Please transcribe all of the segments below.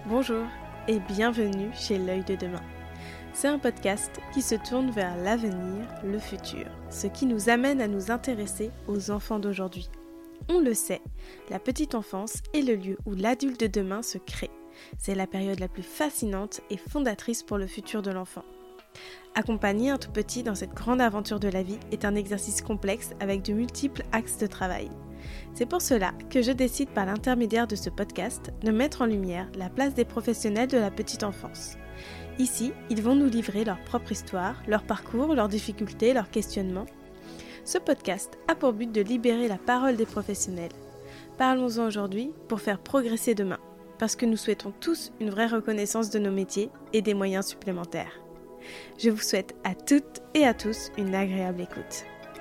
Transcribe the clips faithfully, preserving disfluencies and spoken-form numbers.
Bonjour et bienvenue chez L'œil de demain. C'est un podcast qui se tourne vers l'avenir, le futur, ce qui nous amène à nous intéresser aux enfants d'aujourd'hui. On le sait, la petite enfance est le lieu où l'adulte de demain se crée. C'est la période la plus fascinante et fondatrice pour le futur de l'enfant. Accompagner un tout petit dans cette grande aventure de la vie est un exercice complexe avec de multiples axes de travail. C'est pour cela que je décide par l'intermédiaire de ce podcast de mettre en lumière la place des professionnels de la petite enfance. Ici, ils vont nous livrer leur propre histoire, leur parcours, leurs difficultés, leurs questionnements. Ce podcast a pour but de libérer la parole des professionnels. Parlons-en aujourd'hui pour faire progresser demain, parce que nous souhaitons tous une vraie reconnaissance de nos métiers et des moyens supplémentaires. Je vous souhaite à toutes et à tous une agréable écoute.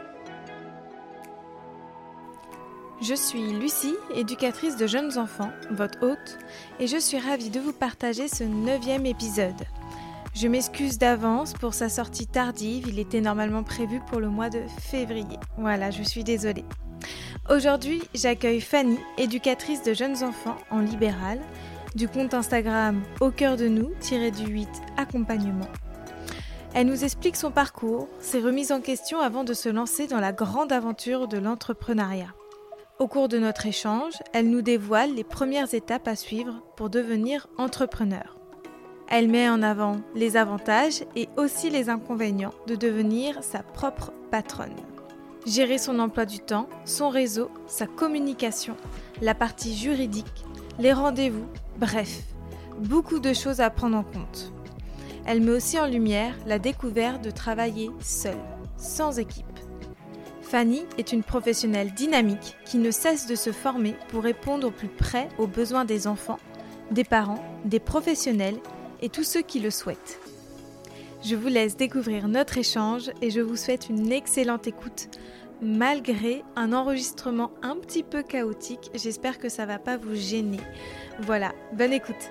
Je suis Lucie, éducatrice de jeunes enfants, votre hôte, et je suis ravie de vous partager ce neuvième épisode. Je m'excuse d'avance pour sa sortie tardive, il était normalement prévu pour le mois de février. Voilà, je suis désolée. Aujourd'hui, j'accueille Fanny, éducatrice de jeunes enfants en libéral, du compte Instagram au cœur de nous, tiré du huit accompagnement. Elle nous explique son parcours, ses remises en question avant de se lancer dans la grande aventure de l'entrepreneuriat. Au cours de notre échange, elle nous dévoile les premières étapes à suivre pour devenir entrepreneur. Elle met en avant les avantages et aussi les inconvénients de devenir sa propre patronne. Gérer son emploi du temps, son réseau, sa communication, la partie juridique, les rendez-vous, bref, beaucoup de choses à prendre en compte. Elle met aussi en lumière la découverte de travailler seule, sans équipe. Fanny est une professionnelle dynamique qui ne cesse de se former pour répondre au plus près aux besoins des enfants, des parents, des professionnels et tous ceux qui le souhaitent. Je vous laisse découvrir notre échange et je vous souhaite une excellente écoute. Malgré un enregistrement un petit peu chaotique, j'espère que ça ne va pas vous gêner. Voilà, bonne écoute.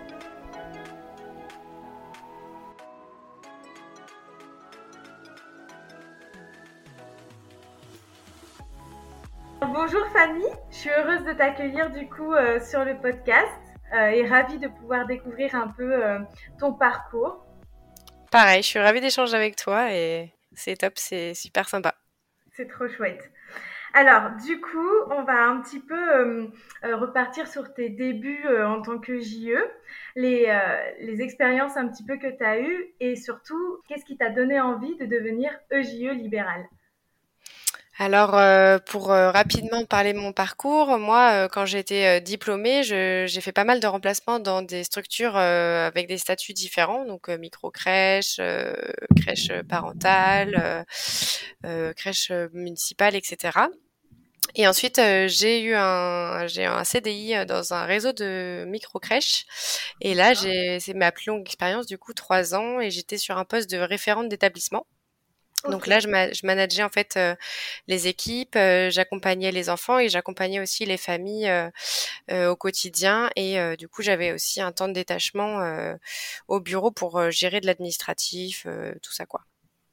Bonjour Fanny, je suis heureuse de t'accueillir du coup euh, sur le podcast euh, et ravie de pouvoir découvrir un peu euh, ton parcours. Pareil, je suis ravie d'échanger avec toi et c'est top, c'est super sympa. C'est trop chouette. Alors du coup, on va un petit peu euh, euh, repartir sur tes débuts euh, en tant que J E, les, euh, les expériences un petit peu que tu as eues et surtout, qu'est-ce qui t'a donné envie de devenir E J E libéral ? Alors, euh, pour euh, rapidement parler de mon parcours, moi, euh, quand j'ai été euh, diplômée, je, j'ai fait pas mal de remplacements dans des structures euh, avec des statuts différents, donc euh, micro-crèche, euh, crèche parentale, euh, euh, crèche municipale, et cetera. Et ensuite, euh, j'ai eu un, j'ai eu un C D I dans un réseau de micro-crèches. Et là, j'ai, c'est ma plus longue expérience, du coup, trois ans, et j'étais sur un poste de référente d'établissement. Donc Ok. là, je, ma- je manageais en fait euh, les équipes, euh, j'accompagnais les enfants et j'accompagnais aussi les familles euh, euh, au quotidien. Et euh, du coup, j'avais aussi un temps de détachement euh, au bureau pour euh, gérer de l'administratif, euh, tout ça quoi.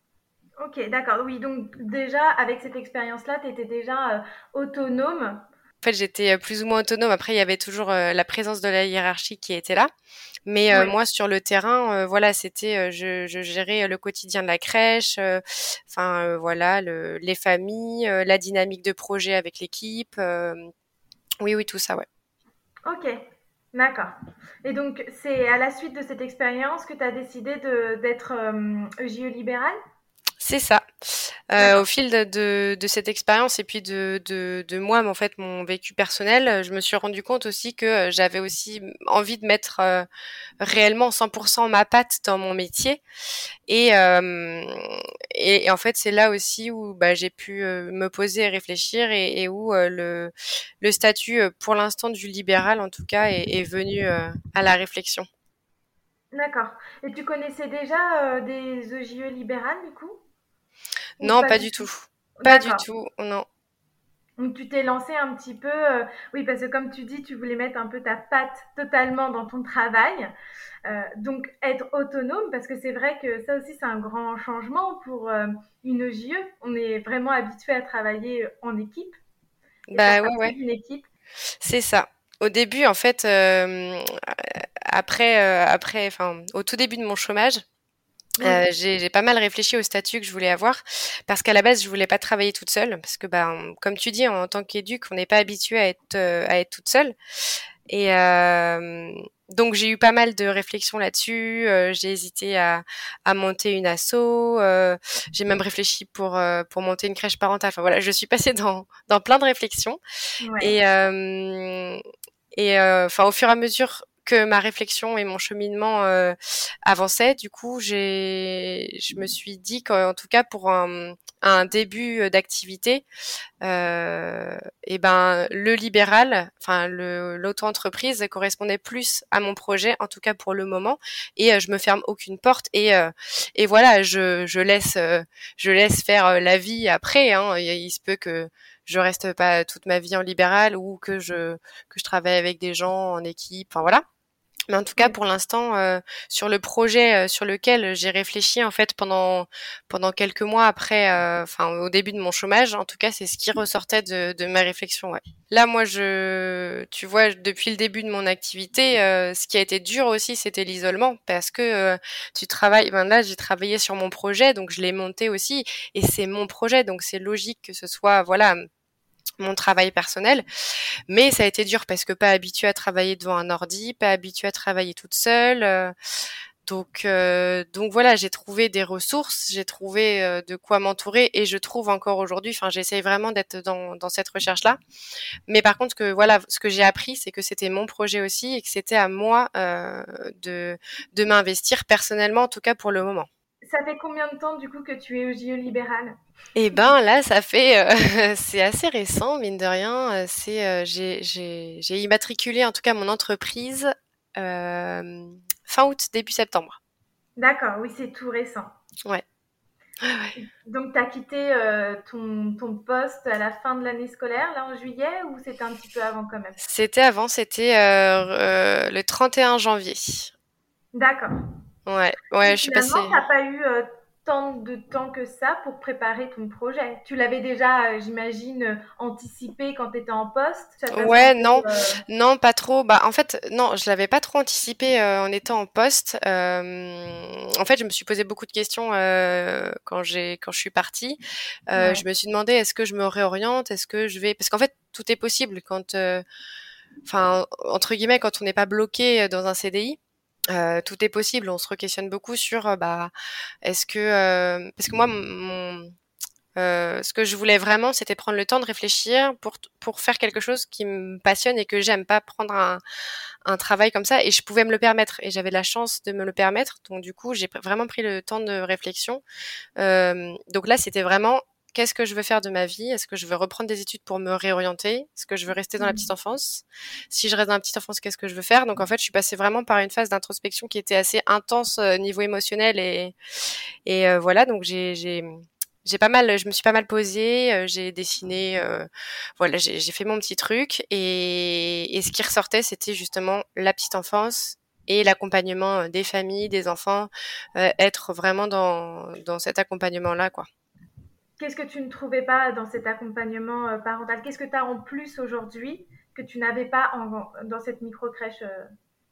Ok, d'accord. Oui, donc déjà, avec cette expérience-là, tu étais déjà euh, autonome. En fait, j'étais euh, plus ou moins autonome. Après, il y avait toujours euh, la présence de la hiérarchie qui était là. Mais euh, Oui. moi, sur le terrain, euh, voilà, c'était, euh, je, je gérais le quotidien de la crèche, euh, enfin euh, voilà, le, les familles, euh, la dynamique de projet avec l'équipe. euh, oui, oui, tout ça, ouais. Ok, d'accord. Et donc, c'est à la suite de cette expérience que tu as décidé de, d'être euh, E J E libéral ? C'est ça. Euh, au D'accord. fil de, de, de cette expérience et puis de, de, de moi, mais en fait, mon vécu personnel, euh, je me suis rendu compte aussi que euh, j'avais aussi envie de mettre euh, réellement cent pour cent ma patte dans mon métier. Et, euh, et, et en fait, c'est là aussi où bah, j'ai pu euh, me poser et réfléchir et, et où euh, le, le statut, euh, pour l'instant, du libéral, en tout cas, est, est venu euh, à la réflexion. D'accord. Et tu connaissais déjà euh, des E J E libérales, du coup ? Ou Non, pas pas du du tout ? tout. Pas du D'accord. tout, non. Donc, tu t'es lancé un petit peu, euh, oui, parce que comme tu dis, tu voulais mettre un peu ta patte totalement dans ton travail. Euh, donc, être autonome, parce que c'est vrai que ça aussi, c'est un grand changement pour euh, une E J E. On est vraiment habitué à travailler en équipe et faire Bah ouais, partie ouais. d'une équipe. C'est ça. Au début, en fait, euh, après, euh, après, enfin, au tout début de mon chômage, Oui. euh, j'ai, j'ai pas mal réfléchi au statut que je voulais avoir, parce qu'à la base, je voulais pas travailler toute seule, parce que, ben, comme tu dis, en tant qu'éduc, on n'est pas habitué à être, euh, à être toute seule. Et euh, donc j'ai eu pas mal de réflexions là-dessus. Euh, j'ai hésité à, à monter une asso. Euh, j'ai même réfléchi pour euh, pour monter une crèche parentale. Enfin voilà, je suis passée dans dans plein de réflexions. Ouais. Et euh, et euh, enfin au fur et à mesure que ma réflexion et mon cheminement euh, avançaient, du coup j'ai je me suis dit qu'en tout cas pour un un début d'activité, euh, et ben le libéral, enfin le l'auto-entreprise correspondait plus à mon projet, en tout cas pour le moment. Et euh, je me ferme aucune porte et euh, et voilà, je je laisse euh, je laisse faire euh, la vie après. Hein. Il, il se peut que je reste pas toute ma vie en libéral ou que je que je travaille avec des gens en équipe. Enfin voilà. Mais en tout cas, Oui. pour l'instant, euh, sur le projet euh, sur lequel j'ai réfléchi en fait pendant pendant quelques mois après, euh, enfin au début de mon chômage, en tout cas, c'est ce qui ressortait de, de ma réflexion. Ouais. Là, moi, je, tu vois, depuis le début de mon activité, euh, ce qui a été dur aussi, c'était l'isolement, parce que euh, tu travailles. Ben là, j'ai travaillé sur mon projet, donc je l'ai monté aussi, et c'est mon projet, donc c'est logique que ce soit, voilà, mon travail personnel. Mais ça a été dur parce que pas habituée à travailler devant un ordi, pas habituée à travailler toute seule. Euh, donc, euh, donc voilà, j'ai trouvé des ressources, j'ai trouvé euh, de quoi m'entourer et je trouve encore aujourd'hui. Enfin, j'essaye vraiment d'être dans, dans cette recherche-là. Mais par contre, que voilà, ce que j'ai appris, c'est que c'était mon projet aussi et que c'était à moi euh, de de m'investir personnellement, en tout cas pour le moment. Ça fait combien de temps du coup que tu es au J E libéral? Eh ben là, ça fait, euh, c'est assez récent, mine de rien. Euh, C'est, euh, j'ai, j'ai, j'ai immatriculé en tout cas mon entreprise euh, fin août, début septembre. D'accord, oui, c'est tout récent. Ouais. Ouais, ouais. Donc, tu as quitté euh, ton, ton poste à la fin de l'année scolaire, là en juillet, ou c'était un petit peu avant quand même? C'était avant, c'était euh, euh, le trente et un janvier. D'accord. Ouais, ouais, Et je suis finalement, passée. tu n'as pas eu euh, tant de temps que ça pour préparer ton projet. Tu l'avais déjà, euh, j'imagine, euh, anticipé quand tu étais en poste. Ça t'a Ouais, semblé... non, euh, non, pas trop. Bah, en fait, non, je l'avais pas trop anticipé euh, en étant en poste. Euh, en fait, je me suis posé beaucoup de questions euh, quand j'ai, quand je suis partie. Euh, Ouais. je me suis demandé est-ce que je me réoriente, est-ce que je vais, parce qu'en fait, tout est possible quand, euh, enfin, entre guillemets, quand on n'est pas bloqué dans un C D I. Euh, tout est possible. On se re-questionne beaucoup sur, euh, bah, est-ce que, euh, parce que moi, mon, euh, ce que je voulais vraiment, c'était prendre le temps de réfléchir pour pour faire quelque chose qui me passionne et que j'aime, pas prendre un, un travail comme ça. Et je pouvais me le permettre. Et j'avais la chance de me le permettre. Donc du coup, j'ai pr- vraiment pris le temps de réflexion. Euh, donc là, c'était vraiment qu'est-ce que je veux faire de ma vie? Est-ce que je veux reprendre des études pour me réorienter? Est-ce que je veux rester dans la petite Mhm. enfance? Si je reste dans la petite enfance, qu'est-ce que je veux faire? Donc en fait, je suis passée vraiment par une phase d'introspection qui était assez intense euh, niveau émotionnel et et euh, voilà. Donc j'ai j'ai j'ai pas mal, je me suis pas mal posée, euh, j'ai dessiné, euh, voilà, j'ai j'ai fait mon petit truc et, et ce qui ressortait, c'était justement la petite enfance et l'accompagnement des familles, des enfants, euh, être vraiment dans dans cet accompagnement-là, quoi. Qu'est-ce que tu ne trouvais pas dans cet accompagnement euh, parental? Qu'est-ce que tu as en plus aujourd'hui que tu n'avais pas en- dans cette micro-crèche euh,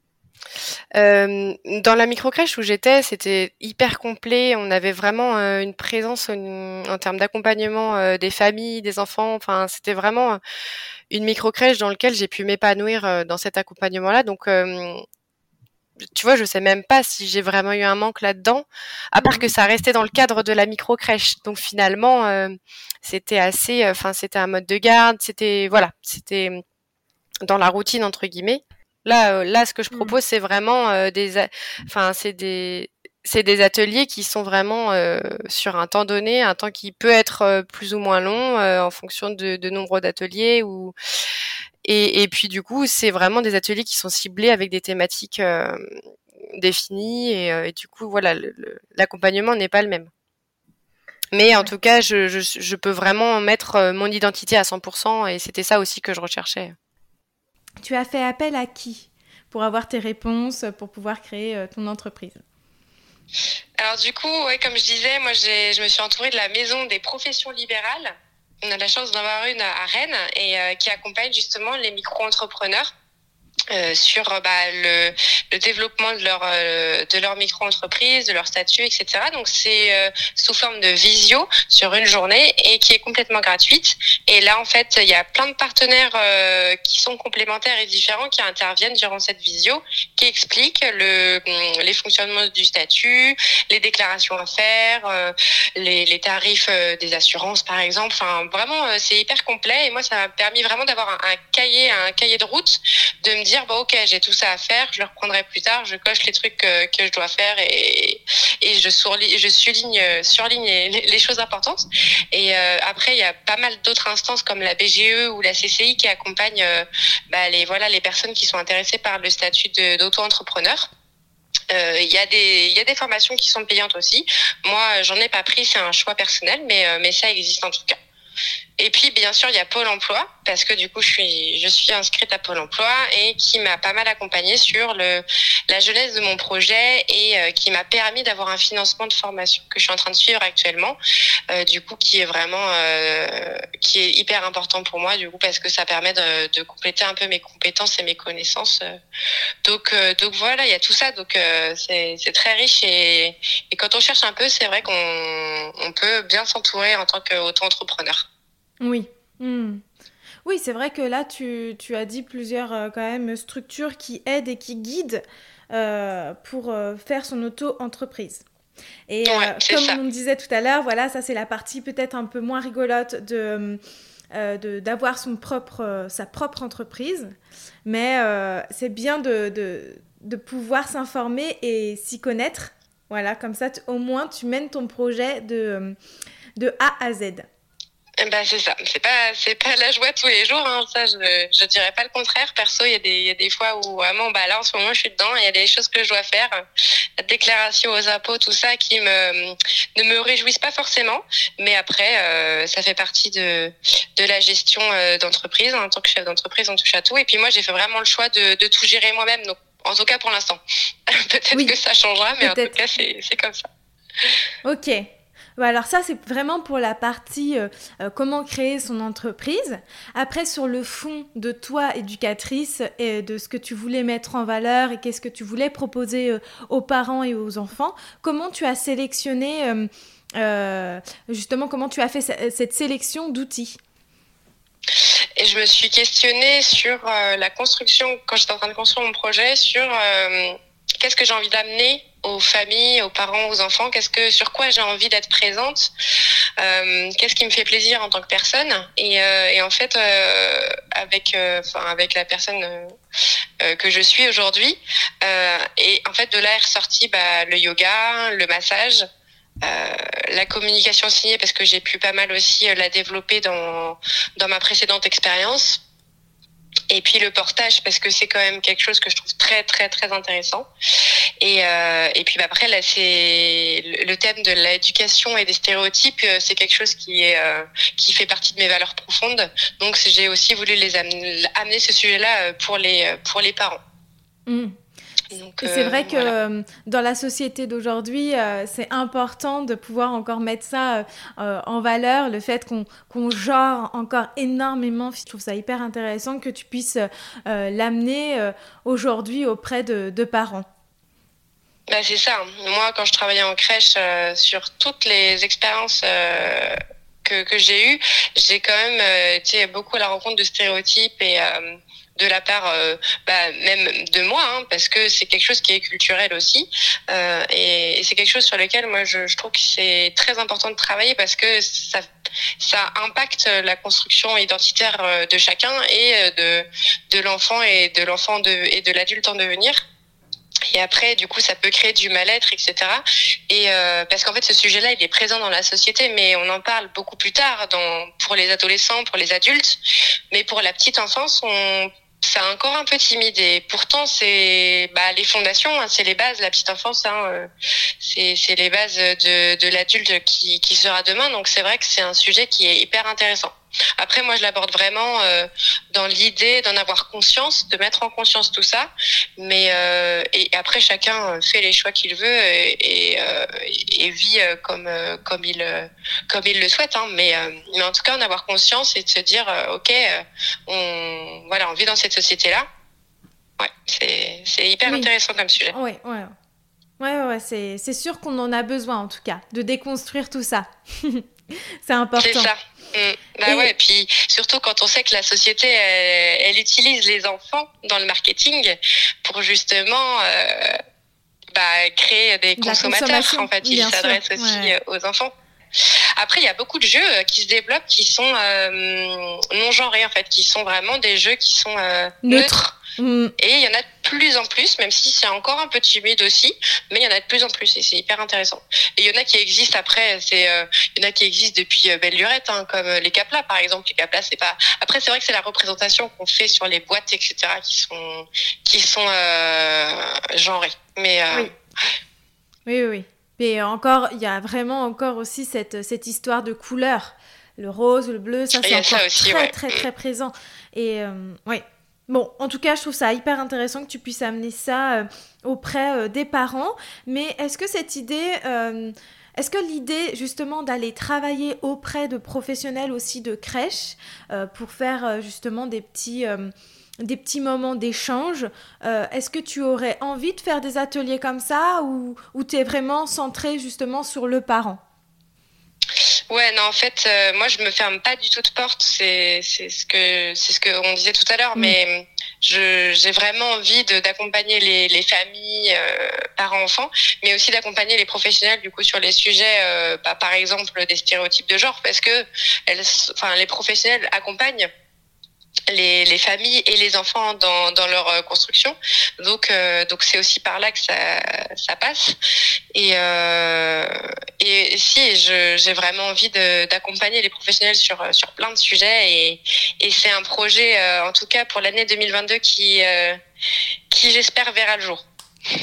Euh, dans la microcrèche où j'étais, c'était hyper complet. On avait vraiment euh, une présence en, en termes d'accompagnement euh, des familles, des enfants. Enfin, c'était vraiment euh, une microcrèche dans laquelle j'ai pu m'épanouir euh, dans cet accompagnement-là. Donc, euh, tu vois, je sais même pas si j'ai vraiment eu un manque là-dedans, à part que Mhm. ça restait dans le cadre de la microcrèche. Donc finalement, euh, c'était assez, enfin, c'était un mode de garde. C'était, voilà, c'était dans la routine entre guillemets. Là, euh, là, ce que je Mhm. propose, c'est vraiment euh, des, a- enfin, c'est des, c'est des ateliers qui sont vraiment euh, sur un temps donné, un temps qui peut être euh, plus ou moins long euh, en fonction de, de nombre d'ateliers ou et, et puis du coup, c'est vraiment des ateliers qui sont ciblés avec des thématiques euh, définies et, euh, et du coup, voilà, le- le- l'accompagnement n'est pas le même. Mais en Ouais. tout cas, je, je, je peux vraiment mettre euh, mon identité à cent pour cent et c'était ça aussi que je recherchais. Tu as fait appel à qui pour avoir tes réponses, pour pouvoir créer euh, ton entreprise? Alors du coup, ouais, comme je disais, moi j'ai, je me suis entourée de la maison des professions libérales. On a la chance d'en avoir une à Rennes et euh, qui accompagne justement les micro-entrepreneurs. Euh, sur bah, le, le développement de leur euh, de leur micro-entreprise, de leur statut, et cetera. Donc c'est euh, sous forme de visio sur une journée et qui est complètement gratuite. Et là en fait il y a plein de partenaires euh, qui sont complémentaires et différents qui interviennent durant cette visio, qui expliquent le les fonctionnements du statut, les déclarations à faire, euh, les, les tarifs euh, des assurances par exemple. Enfin vraiment euh, c'est hyper complet et moi ça m'a permis vraiment d'avoir un, un cahier un cahier de route, de me dire bon ok j'ai tout ça à faire, je le reprendrai plus tard, je coche les trucs que, que je dois faire et et je surligne je surligne surligne les, les choses importantes. Et euh, après il y a pas mal d'autres instances comme la B G E ou la C C I qui accompagnent euh, bah, les voilà les personnes qui sont intéressées par le statut de, d'auto-entrepreneur. Il euh, y a des il y a des formations qui sont payantes aussi. Moi j'en ai pas pris, c'est un choix personnel, mais euh, mais ça existe en tout cas. Et puis, bien sûr, il y a Pôle emploi, parce que du coup, je suis, je suis inscrite à Pôle emploi et qui m'a pas mal accompagnée sur le, la jeunesse de mon projet et euh, qui m'a permis d'avoir un financement de formation que je suis en train de suivre actuellement, euh, du coup, qui est vraiment, euh, qui est hyper important pour moi, du coup, parce que ça permet de, de compléter un peu mes compétences et mes connaissances. Donc, euh, donc voilà, il y a tout ça, donc euh, c'est, c'est très riche et, et quand on cherche un peu, c'est vrai qu'on on peut bien s'entourer en tant qu'auto-entrepreneur. Oui. Mmh. Oui, c'est vrai que là, tu, tu as dit plusieurs euh, quand même structures qui aident et qui guident euh, pour euh, faire son auto-entreprise. Et euh, Ouais, c'est comme ça. on disait tout à l'heure, voilà, ça c'est la partie peut-être un peu moins rigolote de, euh, de, d'avoir son propre, euh, sa propre entreprise. Mais euh, c'est bien de, de, de pouvoir s'informer et s'y connaître. Voilà, comme ça, t- au moins, tu mènes ton projet de, de A à Z. Ben c'est ça, c'est pas c'est pas la joie tous les jours, hein. Ça je je dirais pas le contraire. Perso, il y a des il y a des fois où vraiment bah là en ce moment je suis dedans, il y a des choses que je dois faire, la déclaration aux impôts, tout ça qui me ne me réjouissent pas forcément, mais après euh, ça fait partie de de la gestion euh, d'entreprise. En tant que chef d'entreprise, on touche à tout et puis moi j'ai fait vraiment le choix de de tout gérer moi-même. Donc en tout cas pour l'instant. Peut-être Oui, que ça changera, mais en tout peut-être. cas c'est c'est comme ça. Ok. Ouais, alors ça, c'est vraiment pour la partie euh, euh, comment créer son entreprise. Après, sur le fond de toi, éducatrice, et de ce que tu voulais mettre en valeur et qu'est-ce que tu voulais proposer euh, aux parents et aux enfants, comment tu as sélectionné, euh, euh, justement, comment tu as fait ce- cette sélection d'outils? Et je me suis questionnée sur euh, la construction, quand j'étais en train de construire mon projet, sur euh, qu'est-ce que j'ai envie d'amener aux familles, aux parents, aux enfants, qu'est-ce que sur quoi j'ai envie d'être présente, euh, qu'est-ce qui me fait plaisir en tant que personne. Et, euh, et en fait, euh, avec, euh, enfin avec la personne euh, que je suis aujourd'hui, euh, et en fait de là est ressorti bah, le yoga, le massage. Euh, la communication signée parce que j'ai pu pas mal aussi euh, la développer dans dans ma précédente expérience. Et puis le portage parce que c'est quand même quelque chose que je trouve très très très intéressant. Et euh, et puis bah, après là c'est le thème de l'éducation et des stéréotypes, euh, c'est quelque chose qui est euh, qui fait partie de mes valeurs profondes. Donc j'ai aussi voulu les amener, amener ce sujet-là pour les pour les parents. Mmh. Donc Et c'est euh, vrai que voilà. euh, dans la société d'aujourd'hui, euh, c'est important de pouvoir encore mettre ça euh, en valeur, le fait qu'on qu'on genre encore énormément. Je trouve ça hyper intéressant que tu puisses euh, l'amener euh, aujourd'hui auprès de, de parents. Bah, c'est ça. Moi, quand je travaillais en crèche, euh, sur toutes les expériences euh, que, que j'ai eues, j'ai quand même euh, été beaucoup à la rencontre de stéréotypes et euh, de la part euh, bah, même de moi, hein, parce que c'est quelque chose qui est culturel aussi. Euh, et, et c'est quelque chose sur lequel moi, je, je trouve que c'est très important de travailler parce que ça, ça impacte la construction identitaire de chacun et de, de l'enfant et de l'enfant de, et de l'adulte en devenir. Et après, du coup, ça peut créer du mal-être, et cetera. Et euh, parce qu'en fait, ce sujet-là, il est présent dans la société, mais on en parle beaucoup plus tard, dans, pour les adolescents, pour les adultes. Mais pour la petite enfance, on, c'est encore un peu timide. Et pourtant, c'est bah, les fondations, hein, c'est les bases. La petite enfance, hein, c'est, c'est les bases de, de l'adulte qui, qui sera demain. Donc, c'est vrai que c'est un sujet qui est hyper intéressant. Après, moi, je l'aborde vraiment euh, dans l'idée d'en avoir conscience, de mettre en conscience tout ça. Mais euh, et après, chacun fait les choix qu'il veut et, et, euh, et vit comme euh, comme il comme il le souhaite. Hein. Mais euh, mais en tout cas, en avoir conscience et de se dire, euh, ok, euh, on voilà, on vit dans cette société-là. Ouais, c'est, c'est hyper Oui. intéressant comme sujet. Ouais, ouais. Ouais, ouais, ouais, c'est, c'est sûr qu'on en a besoin, en tout cas, de déconstruire tout ça. C'est important. C'est ça. Mmh. Bah Et- ouais, puis surtout quand on sait que la société, elle, elle utilise les enfants dans le marketing pour justement euh, bah, créer des De la consommateurs. consommation, En fait, oui, ils bien sûr. s'adressent aussi Ouais. euh, aux enfants. Après, il y a beaucoup de jeux euh, qui se développent qui sont euh, non genrés, en fait, qui sont vraiment des jeux qui sont euh, Neutre. neutres. Mm. Et il y en a de plus en plus, même si c'est encore un peu timide aussi, mais il y en a de plus en plus et c'est hyper intéressant. Et il y en a qui existent après, c'est, euh, il y en a qui existent depuis euh, belle lurette, hein, comme euh, les Caplas par exemple. Les Caplas, c'est pas. Après, c'est vrai que c'est la représentation qu'on fait sur les boîtes, et cetera, qui sont qui sont euh, genrées. Mais euh, Oui. Oui, oui, oui. Et encore, il y a vraiment encore aussi cette, cette histoire de couleurs. Le rose, le bleu, ça il c'est y a encore ça aussi, très, ouais. très, très présent. Et euh, oui. Bon, en tout cas, je trouve ça hyper intéressant que tu puisses amener ça euh, auprès euh, des parents. Mais est-ce que cette idée, euh, est-ce que l'idée justement d'aller travailler auprès de professionnels aussi de crèche euh, pour faire euh, justement des petits, euh, des petits moments d'échange, euh, est-ce que tu aurais envie de faire des ateliers comme ça ou, ou tu es vraiment centré justement sur le parent ? Ouais, non, en fait, euh, moi, je me ferme pas du tout de porte. C'est, c'est ce que, c'est ce que on disait tout à l'heure. Mm. Mais je, j'ai vraiment envie de, d'accompagner les, les familles, euh, parents-enfants, mais aussi d'accompagner les professionnels, du coup, sur les sujets, euh, bah, par exemple, des stéréotypes de genre, parce que elles, enfin, les professionnels accompagnent les, les familles et les enfants dans, dans leur euh, construction. Donc, euh, donc c'est aussi par là que ça, ça passe. Et, euh, et si, je, j'ai vraiment envie de, d'accompagner les professionnels sur, sur plein de sujets. Et, et c'est un projet, euh, en tout cas pour l'année deux mille vingt-deux, qui, euh, qui j'espère verra le jour.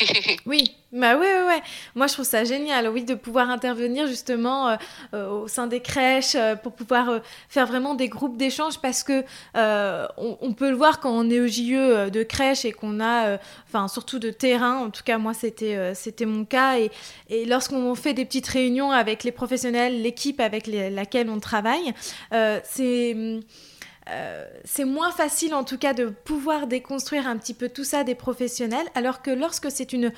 Oui, bah ouais, ouais, ouais. Moi, je trouve ça génial, oui, de pouvoir intervenir justement euh, euh, au sein des crèches euh, pour pouvoir euh, faire vraiment des groupes d'échange parce que euh, on, on peut le voir quand on est au J E de crèche et qu'on a, enfin, euh, surtout de terrain. En tout cas, moi, c'était euh, c'était mon cas. Et, et lorsqu'on fait des petites réunions avec les professionnels, l'équipe avec les, laquelle on travaille, euh, c'est Euh, c'est moins facile en tout cas de pouvoir déconstruire un petit peu tout ça des professionnels, alors que lorsque c'est une,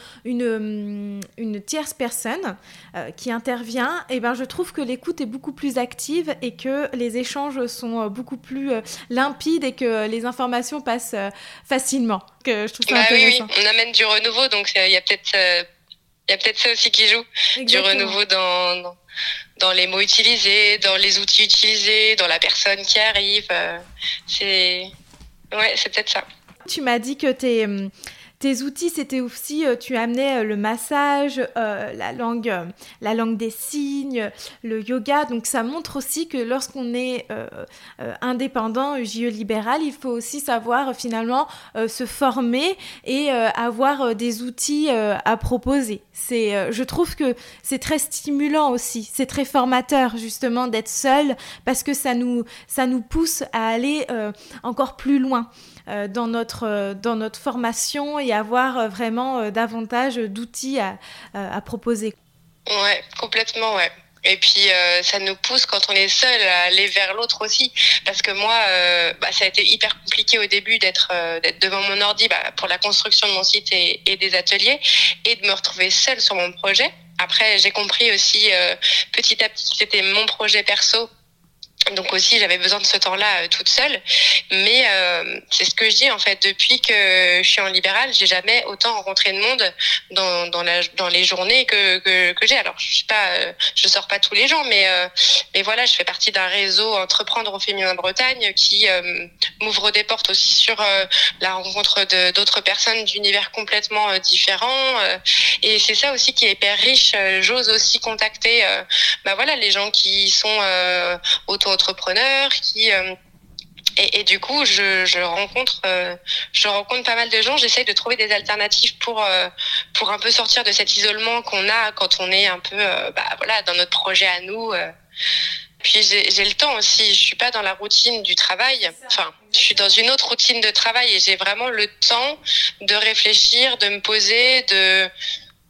une, une tierce personne euh, qui intervient, eh ben, je trouve que l'écoute est beaucoup plus active et que les échanges sont beaucoup plus euh, limpides et que les informations passent euh, facilement. Que je trouve ça bah intéressant. oui, oui, on amène du renouveau, donc il y a peut-être euh, il y a peut-être ça aussi qui joue. Exactement. Du renouveau dans, dans dans les mots utilisés, dans les outils utilisés, dans la personne qui arrive. Euh, c'est ouais, c'est peut-être ça. Tu m'as dit que tes, tes outils, c'était aussi, euh, tu amenais euh, le massage, euh, la langue, euh, la langue des signes, le yoga. Donc ça montre aussi que lorsqu'on est euh, euh, indépendant, J E libéral, il faut aussi savoir euh, finalement euh, se former et euh, avoir euh, des outils euh, à proposer. C'est, euh, je trouve que c'est très stimulant aussi, c'est très formateur justement d'être seul parce que ça nous, ça nous pousse à aller euh, encore plus loin euh, dans notre, euh, dans notre formation et avoir euh, vraiment euh, davantage d'outils à, euh, à proposer. Ouais, complètement, ouais. Et puis euh, ça nous pousse quand on est seul à aller vers l'autre aussi, parce que moi, euh, bah, ça a été hyper compliqué au début d'être euh, d'être devant mon ordi bah, pour la construction de mon site et, et des ateliers, et de me retrouver seule sur mon projet. Après, j'ai compris aussi euh, petit à petit que c'était mon projet perso. Donc aussi, j'avais besoin de ce temps-là euh, toute seule. Mais euh, c'est ce que je dis en fait. Depuis que je suis en libéral, j'ai jamais autant rencontré de monde dans dans, la, dans les journées que que, que j'ai. Alors je suis pas, euh, je sors pas tous les jours, mais euh, mais voilà, je fais partie d'un réseau Entreprendre au féminin Bretagne qui euh, m'ouvre des portes aussi sur euh, la rencontre de d'autres personnes d'univers complètement euh, différents. Euh, et c'est ça aussi qui est hyper riche. Euh, j'ose aussi contacter, euh, bah voilà, les gens qui sont euh, auto entrepreneurs qui euh, et, et du coup je, je rencontre euh, je rencontre pas mal de gens. J'essaye de trouver des alternatives pour euh, pour un peu sortir de cet isolement qu'on a quand on est un peu euh, bah voilà dans notre projet à nous. Euh. Puis j'ai, j'ai le temps aussi, je suis pas dans la routine du travail, enfin je suis dans une autre routine de travail et j'ai vraiment le temps de réfléchir, de me poser, de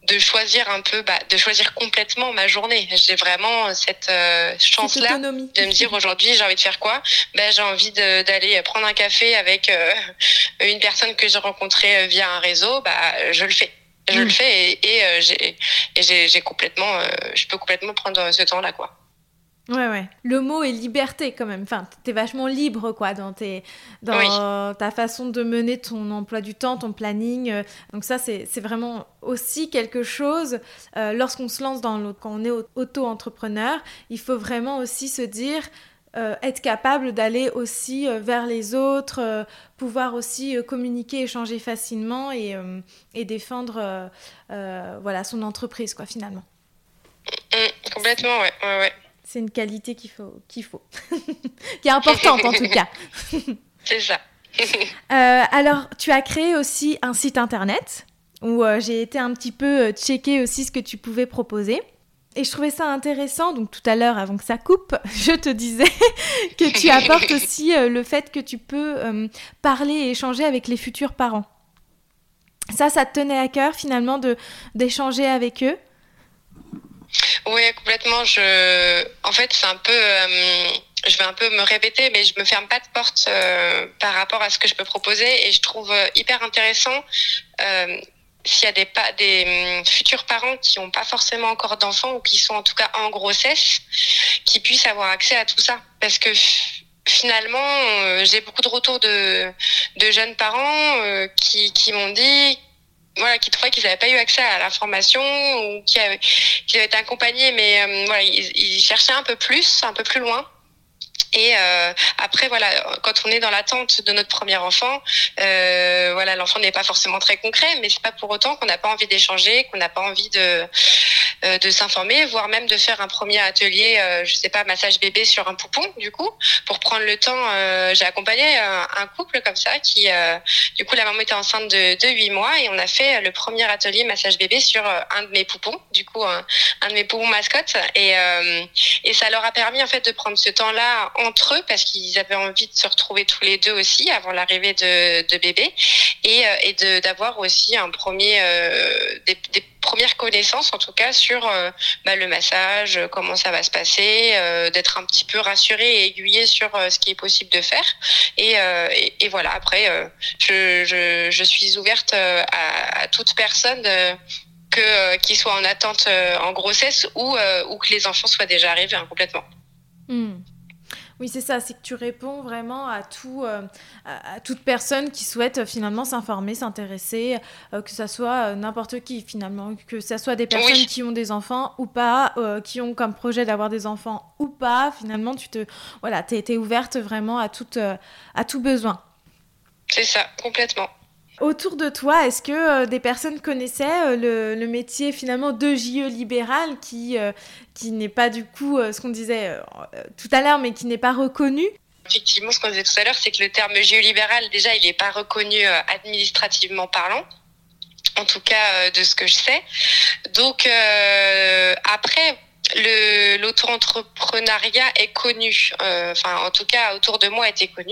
de choisir un peu, bah, de choisir complètement ma journée. J'ai vraiment cette euh, chance-là de me dire aujourd'hui j'ai envie de faire quoi. Ben j'ai envie de, d'aller prendre un café avec euh, une personne que j'ai rencontrée via un réseau. Bah je le fais, je mmh. le fais et, et, euh, j'ai, et j'ai, j'ai complètement, euh, je peux complètement prendre ce temps-là quoi. Ouais, ouais. Le mot est liberté quand même. Enfin, t'es vachement libre, quoi, dans, tes, dans oui. ta façon de mener ton emploi du temps, ton planning. Donc ça, c'est, c'est vraiment aussi quelque chose. Euh, lorsqu'on se lance dans l'autre, quand on est auto-entrepreneur, il faut vraiment aussi se dire, euh, être capable d'aller aussi euh, vers les autres, euh, pouvoir aussi euh, communiquer, échanger facilement et, euh, et défendre euh, euh, voilà, son entreprise, quoi, finalement. Mmh, complètement, ouais, ouais, ouais. C'est une qualité qu'il faut, qu'il faut. qui est importante en tout cas. C'est ça. euh, alors, tu as créé aussi un site internet où euh, j'ai été un petit peu euh, checker aussi ce que tu pouvais proposer. Et je trouvais ça intéressant, donc tout à l'heure, avant que ça coupe, je te disais que tu apportes aussi euh, le fait que tu peux euh, parler et échanger avec les futurs parents. Ça, ça te tenait à cœur finalement de, d'échanger avec eux ? Oui, complètement. Je, en fait, c'est un peu, euh, je vais un peu me répéter, mais je me ferme pas de porte euh, par rapport à ce que je peux proposer, et je trouve hyper intéressant euh, s'il y a des, pa- des futurs parents qui n'ont pas forcément encore d'enfants ou qui sont en tout cas en grossesse, qui puissent avoir accès à tout ça, parce que finalement, euh, j'ai beaucoup de retours de, de jeunes parents euh, qui, qui m'ont dit. Voilà, qui trouvaient qu'ils n'avaient pas eu accès à l'information ou qui avaient, qui avaient été accompagnés, mais euh, voilà, ils, ils cherchaient un peu plus, un peu plus loin. Et euh, après, voilà, quand on est dans l'attente de notre premier enfant, euh, voilà, l'enfant n'est pas forcément très concret, mais c'est pas pour autant qu'on n'a pas envie d'échanger, qu'on n'a pas envie de euh, de s'informer, voire même de faire un premier atelier, euh, je sais pas, massage bébé sur un poupon, du coup, pour prendre le temps. Euh, j'ai accompagné un, un couple comme ça qui, euh, du coup, la maman était enceinte de, de huit mois et on a fait le premier atelier massage bébé sur un de mes poupons, du coup, un, un de mes poupons mascottes, et euh, et ça leur a permis en fait de prendre ce temps-là entre eux parce qu'ils avaient envie de se retrouver tous les deux aussi avant l'arrivée de, de bébé et, et de, d'avoir aussi un premier, euh, des, des premières connaissances en tout cas sur euh, bah, le massage, comment ça va se passer, euh, d'être un petit peu rassuré et aiguillé sur euh, ce qui est possible de faire. Et, euh, et, et voilà, après, euh, je, je, je suis ouverte à, à toute personne euh, que, euh, qui soit en attente euh, en grossesse ou, euh, ou que les enfants soient déjà arrivés hein, complètement. Mmh. Oui, c'est ça, c'est que tu réponds vraiment à, tout, euh, à, à toute personne qui souhaite euh, finalement s'informer, s'intéresser, euh, que ça soit euh, n'importe qui finalement, que ça soit des personnes oui. qui ont des enfants ou pas, euh, qui ont comme projet d'avoir des enfants ou pas, finalement tu te, voilà, t'es, t'es ouverte vraiment à, toute, euh, à tout besoin. C'est ça, complètement. Autour de toi, est-ce que euh, des personnes connaissaient euh, le, le métier finalement de J E libéral qui, euh, qui n'est pas du coup euh, ce qu'on disait euh, tout à l'heure, mais qui n'est pas reconnu ? Effectivement, ce qu'on disait tout à l'heure, c'est que le terme J E libéral, déjà, il n'est pas reconnu euh, administrativement parlant, en tout cas euh, de ce que je sais. Donc, euh, après... Le, l'auto-entrepreneuriat est connu, euh, enfin en tout cas autour de moi était connu,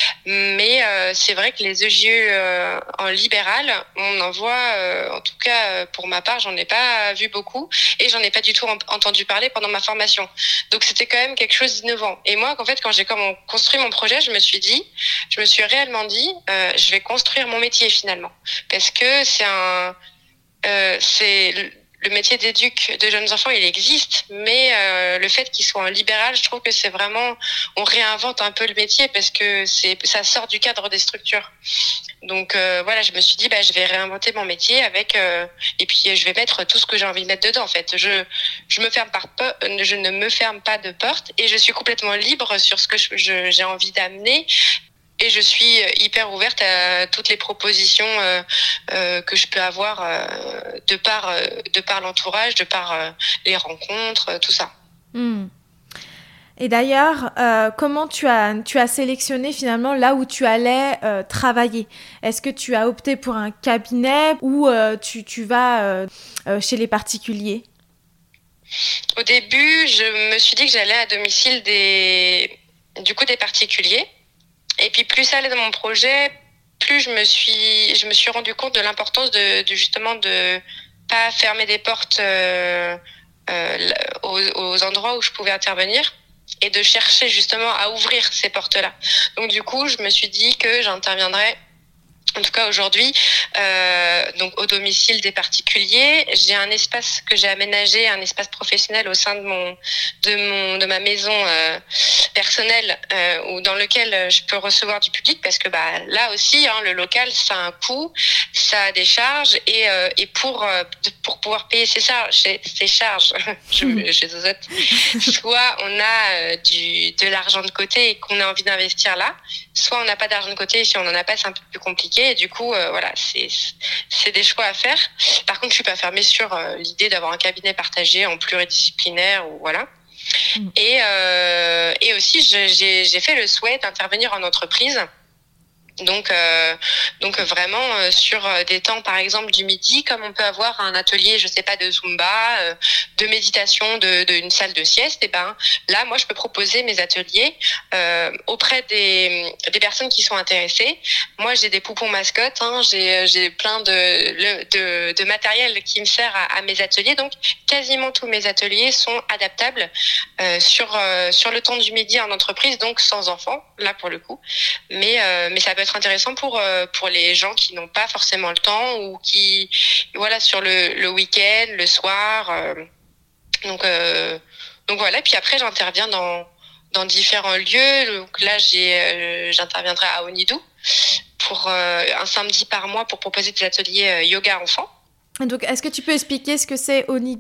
mais euh, c'est vrai que les E J E euh, en libéral, on en voit, euh, en tout cas pour ma part, j'en ai pas vu beaucoup et j'en ai pas du tout en, entendu parler pendant ma formation. Donc c'était quand même quelque chose d'innovant. Et moi, en fait, quand j'ai comme construit mon projet, je me suis dit, je me suis réellement dit, euh, je vais construire mon métier finalement, parce que c'est un, euh, c'est le métier d'éduc de jeunes enfants, il existe, mais euh, le fait qu'il soit en libéral, je trouve que c'est vraiment, on réinvente un peu le métier parce que c'est, ça sort du cadre des structures. Donc euh, voilà, je me suis dit, bah je vais réinventer mon métier avec, euh, et puis je vais mettre tout ce que j'ai envie de mettre dedans. En fait, je je me ferme par peu, je ne me ferme pas de porte et je suis complètement libre sur ce que je, je, j'ai envie d'amener. Et je suis hyper ouverte à toutes les propositions euh, euh, que je peux avoir euh, de par euh, de par l'entourage, de par euh, les rencontres, euh, tout ça. Mmh. Et d'ailleurs, euh, comment tu as tu as sélectionné finalement là où tu allais euh, travailler ? Est-ce que tu as opté pour un cabinet ou euh, tu tu vas euh, euh, chez les particuliers ? Au début, je me suis dit que j'allais à domicile des du coup des particuliers. Et puis plus ça allait dans mon projet, plus je me suis, je me suis rendu compte de l'importance de, de justement de, pas fermer des portes euh, euh, aux, aux endroits où je pouvais intervenir, et de chercher justement à ouvrir ces portes-là. Donc du coup, je me suis dit que j'interviendrais, en tout cas aujourd'hui, euh, donc au domicile des particuliers. J'ai un espace que j'ai aménagé, un espace professionnel au sein de mon de mon de ma maison euh, personnelle, euh, ou dans lequel je peux recevoir du public, parce que bah là aussi, hein, le local, ça a un coût, ça a des charges, et euh, et pour euh, pour pouvoir payer ces charges, ces, ces charges, je, je zozote, soit on a euh, du de l'argent de côté et qu'on a envie d'investir là, soit on n'a pas d'argent de côté, et si on en a pas, c'est un peu plus compliqué. Et du coup, euh, voilà, c'est c'est des choix à faire. Par contre, je suis pas fermée sur euh, l'idée d'avoir un cabinet partagé en pluridisciplinaire, ou voilà. Mmh. Et euh, et aussi, je, j'ai j'ai fait le souhait d'intervenir en entreprise. Donc, euh, donc vraiment euh, sur des temps, par exemple du midi, comme on peut avoir un atelier, je sais pas, de Zumba, euh, de méditation, de, de une salle de sieste. Et ben là, moi, je peux proposer mes ateliers euh, auprès des des personnes qui sont intéressées. Moi, j'ai des poupons mascottes, hein, j'ai j'ai plein de de de matériel qui me sert à, à mes ateliers. Donc, quasiment tous mes ateliers sont adaptables euh, sur euh, sur le temps du midi en entreprise, donc sans enfants, là pour le coup. Mais euh, mais ça peut être intéressant pour euh, pour les gens qui n'ont pas forcément le temps, ou qui voilà sur le le week-end, le soir. Euh, donc euh, donc voilà. Puis après, j'interviens dans dans différents lieux. Donc là, j'ai euh, j'interviendrai à Onidou pour euh, un samedi par mois pour proposer des ateliers euh, yoga enfants. Donc, est-ce que tu peux expliquer ce que c'est Onidou ?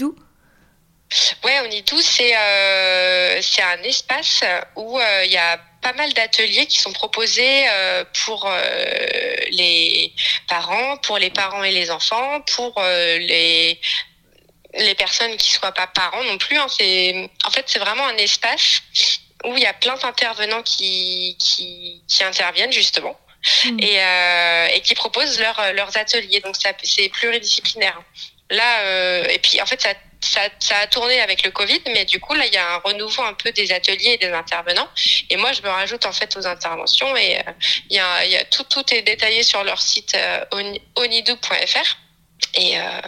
Ouais, Onidou, c'est euh, c'est un espace où il euh, y a pas mal d'ateliers qui sont proposés euh, pour euh, les parents, pour les parents et les enfants, pour euh, les les personnes qui soient pas parents non plus. Hein. C'est en fait c'est vraiment un espace où il y a plein d'intervenants qui qui qui interviennent justement. Mmh. et euh, et qui proposent leurs leurs ateliers. Donc ça c'est pluridisciplinaire. Là euh, et puis en fait ça Ça, ça a tourné avec le Covid, mais du coup, là, il y a un renouveau un peu des ateliers et des intervenants. Et moi, je me rajoute en fait aux interventions, et euh, il y a, il y a tout, tout est détaillé sur leur site euh, onidou point f r. Et, euh,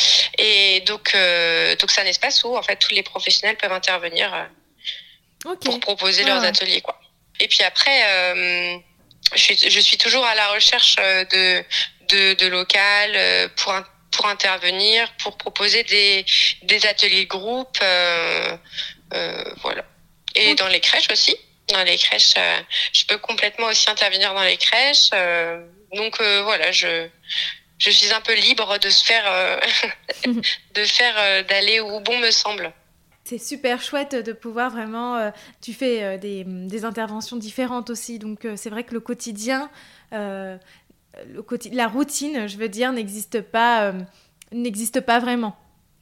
et donc, euh, donc, c'est un espace où en fait tous les professionnels peuvent intervenir euh, okay. pour proposer ah. leurs ateliers, quoi. Et puis après, euh, je suis, je suis toujours à la recherche de, de, de local euh, pour un pour intervenir, pour proposer des, des ateliers de groupe, euh, euh, voilà. Et okay. Dans les crèches aussi. Dans les crèches, euh, je peux complètement aussi intervenir dans les crèches. Euh, donc euh, voilà, je je suis un peu libre de se faire, euh, de faire euh, d'aller où bon me semble. C'est super chouette de pouvoir vraiment... Euh, tu fais euh, des, des interventions différentes aussi, donc euh, c'est vrai que le quotidien... Euh, Le côté, la routine, je veux dire, n'existe pas, euh, n'existe pas vraiment.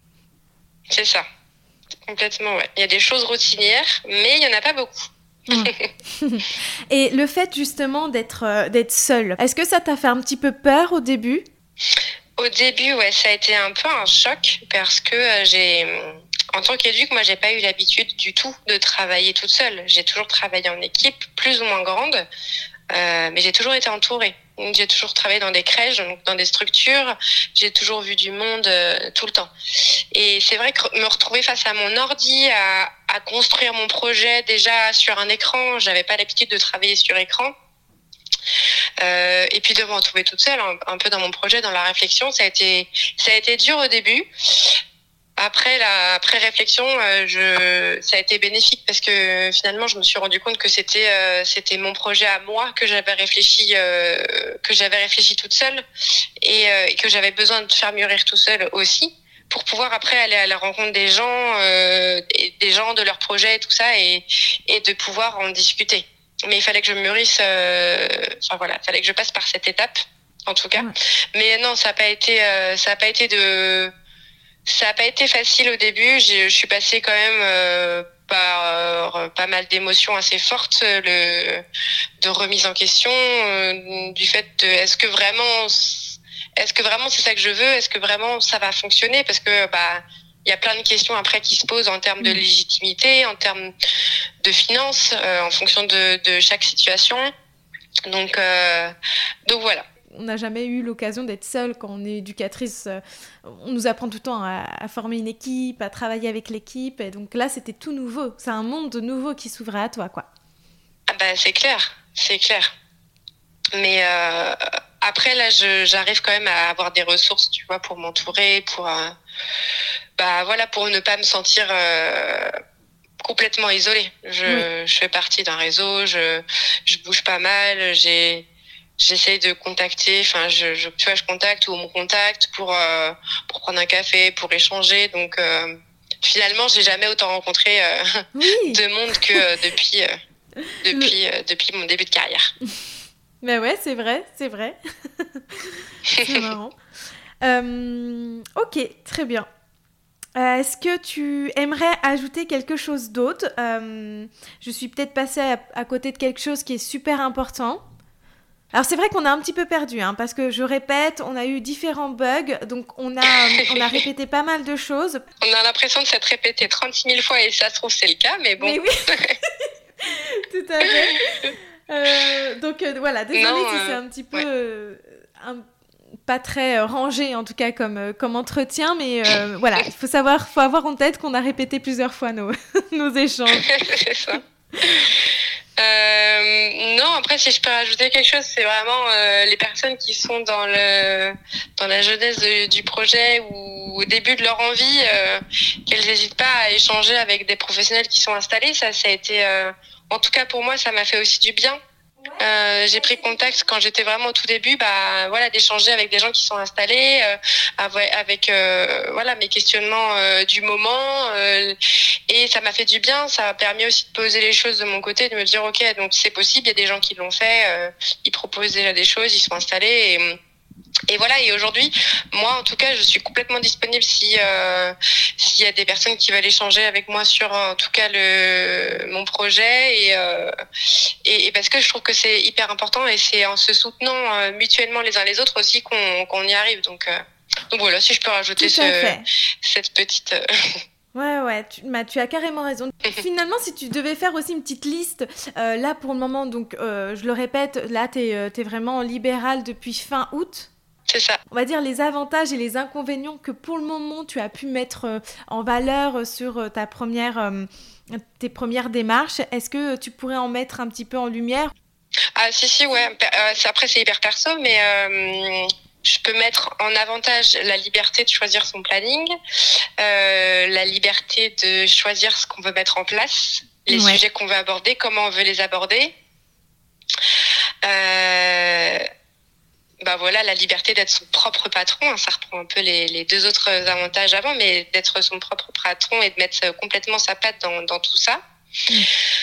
C'est ça, complètement, ouais. Il y a des choses routinières, mais il n'y en a pas beaucoup. Mmh. Et le fait justement d'être, euh, d'être seule, est-ce que ça t'a fait un petit peu peur au début ? Au début, ouais, ça a été un peu un choc, parce que euh, j'ai... En tant qu'éduque, moi, j'ai pas eu l'habitude du tout de travailler toute seule. J'ai toujours travaillé en équipe, plus ou moins grande, euh, mais j'ai toujours été entourée. J'ai toujours travaillé dans des crèches, donc dans des structures. J'ai toujours vu du monde euh, tout le temps. Et c'est vrai que me retrouver face à mon ordi, à, à construire mon projet déjà sur un écran, j'avais pas l'habitude de travailler sur écran. Euh, et puis de me retrouver toute seule, un, un peu dans mon projet, dans la réflexion, ça a été, ça a été dur au début. Après la après réflexion, euh, je ça a été bénéfique, parce que finalement je me suis rendu compte que c'était euh, c'était mon projet à moi, que j'avais réfléchi euh, que j'avais réfléchi toute seule, et, euh, et que j'avais besoin de faire mûrir tout seul aussi, pour pouvoir après aller à la rencontre des gens, euh, des gens de leur projet et tout ça, et et de pouvoir en discuter. Mais il fallait que je mûrisse, euh, enfin voilà, il fallait que je passe par cette étape, en tout cas. Ouais. Mais non, ça a pas été euh, ça a pas été de Ça n'a pas été facile au début. Je, je suis passée quand même euh, par euh, pas mal d'émotions assez fortes, le, de remise en question, euh, du fait de est-ce que vraiment, est-ce que vraiment c'est ça que je veux, est-ce que vraiment ça va fonctionner, parce que bah il y a plein de questions après qui se posent en termes de légitimité, en termes de finances, euh, en fonction de, de chaque situation. Donc euh, donc voilà. on n'a jamais eu l'occasion d'être seule quand on est éducatrice. Euh, on nous apprend tout le temps à, à former une équipe, à travailler avec l'équipe. Et donc là, c'était tout nouveau. C'est un monde nouveau qui s'ouvrait à toi, quoi. Ah bah, c'est clair, c'est clair. Mais euh, après, là, je, j'arrive quand même à avoir des ressources, tu vois, pour m'entourer, pour, euh, bah, voilà, pour ne pas me sentir euh, complètement isolée. Je, oui. je fais partie d'un réseau, je, je bouge pas mal, j'ai, j'essaye de contacter, enfin, je, je, tu vois, je contacte ou on me contacte pour, euh, pour prendre un café, pour échanger. Donc, euh, finalement, j'ai jamais autant rencontré euh, oui. de monde que euh, depuis, euh, depuis, euh, depuis mon début de carrière. Mais ouais, c'est vrai, c'est vrai. C'est marrant. Euh, ok, très bien. Euh, est-ce que tu aimerais ajouter quelque chose d'autre ? euh, Je suis peut-être passée à, à côté de quelque chose qui est super important. Alors c'est vrai qu'on a un petit peu perdu, hein, parce que je répète, on a eu différents bugs, donc on a, on a répété pas mal de choses. On a l'impression de s'être répété trente-six mille fois et ça se trouve c'est le cas, mais bon. Mais oui, tout à fait. Euh, donc euh, voilà, désolée non, si euh, c'est un petit peu... Ouais. Euh, un, pas très rangé en tout cas comme, euh, comme entretien, mais euh, voilà, il faut savoir, faut avoir en tête qu'on a répété plusieurs fois nos, nos échanges. C'est ça. Euh, non, après si je peux rajouter quelque chose, c'est vraiment euh, les personnes qui sont dans le dans la jeunesse de, du projet ou au début de leur envie, euh, qu'elles n'hésitent pas à échanger avec des professionnels qui sont installés. Ça, ça a été, euh, en tout cas pour moi, ça m'a fait aussi du bien. Euh, j'ai pris contact quand j'étais vraiment au tout début, bah voilà, d'échanger avec des gens qui sont installés, euh, avec, avec euh, voilà mes questionnements euh, du moment, euh, et ça m'a fait du bien. Ça m'a permis aussi de poser les choses de mon côté, de me dire ok, donc c'est possible, il y a des gens qui l'ont fait, euh, ils proposent déjà des choses, ils sont installés et Et voilà, et aujourd'hui, moi, en tout cas, je suis complètement disponible si euh, s'il y a des personnes qui veulent échanger avec moi sur, en tout cas, le mon projet et euh, et, et parce que je trouve que c'est hyper important et c'est en se soutenant euh, mutuellement les uns les autres aussi qu'on qu'on y arrive. Donc euh, donc voilà, si je peux rajouter ce, cette petite. Euh... Ouais, ouais, tu, bah, tu as carrément raison. Finalement, si tu devais faire aussi une petite liste, euh, là pour le moment, donc euh, je le répète, là t'es euh, t'es vraiment libérale depuis fin août. C'est ça. On va dire les avantages et les inconvénients que pour le moment tu as pu mettre euh, en valeur sur euh, ta première, euh, tes premières démarches. Est-ce que tu pourrais en mettre un petit peu en lumière ? Ah si, si, ouais. Euh, après, c'est hyper perso, mais euh, je peux mettre en avantage la liberté de choisir son planning, euh, la liberté de choisir ce qu'on veut mettre en place, les ouais. sujets qu'on veut aborder, comment on veut les aborder. Euh... Bah voilà, la liberté d'être son propre patron, hein, ça reprend un peu les, les deux autres avantages avant, mais d'être son propre patron et de mettre complètement sa patte dans, dans tout ça. Mmh.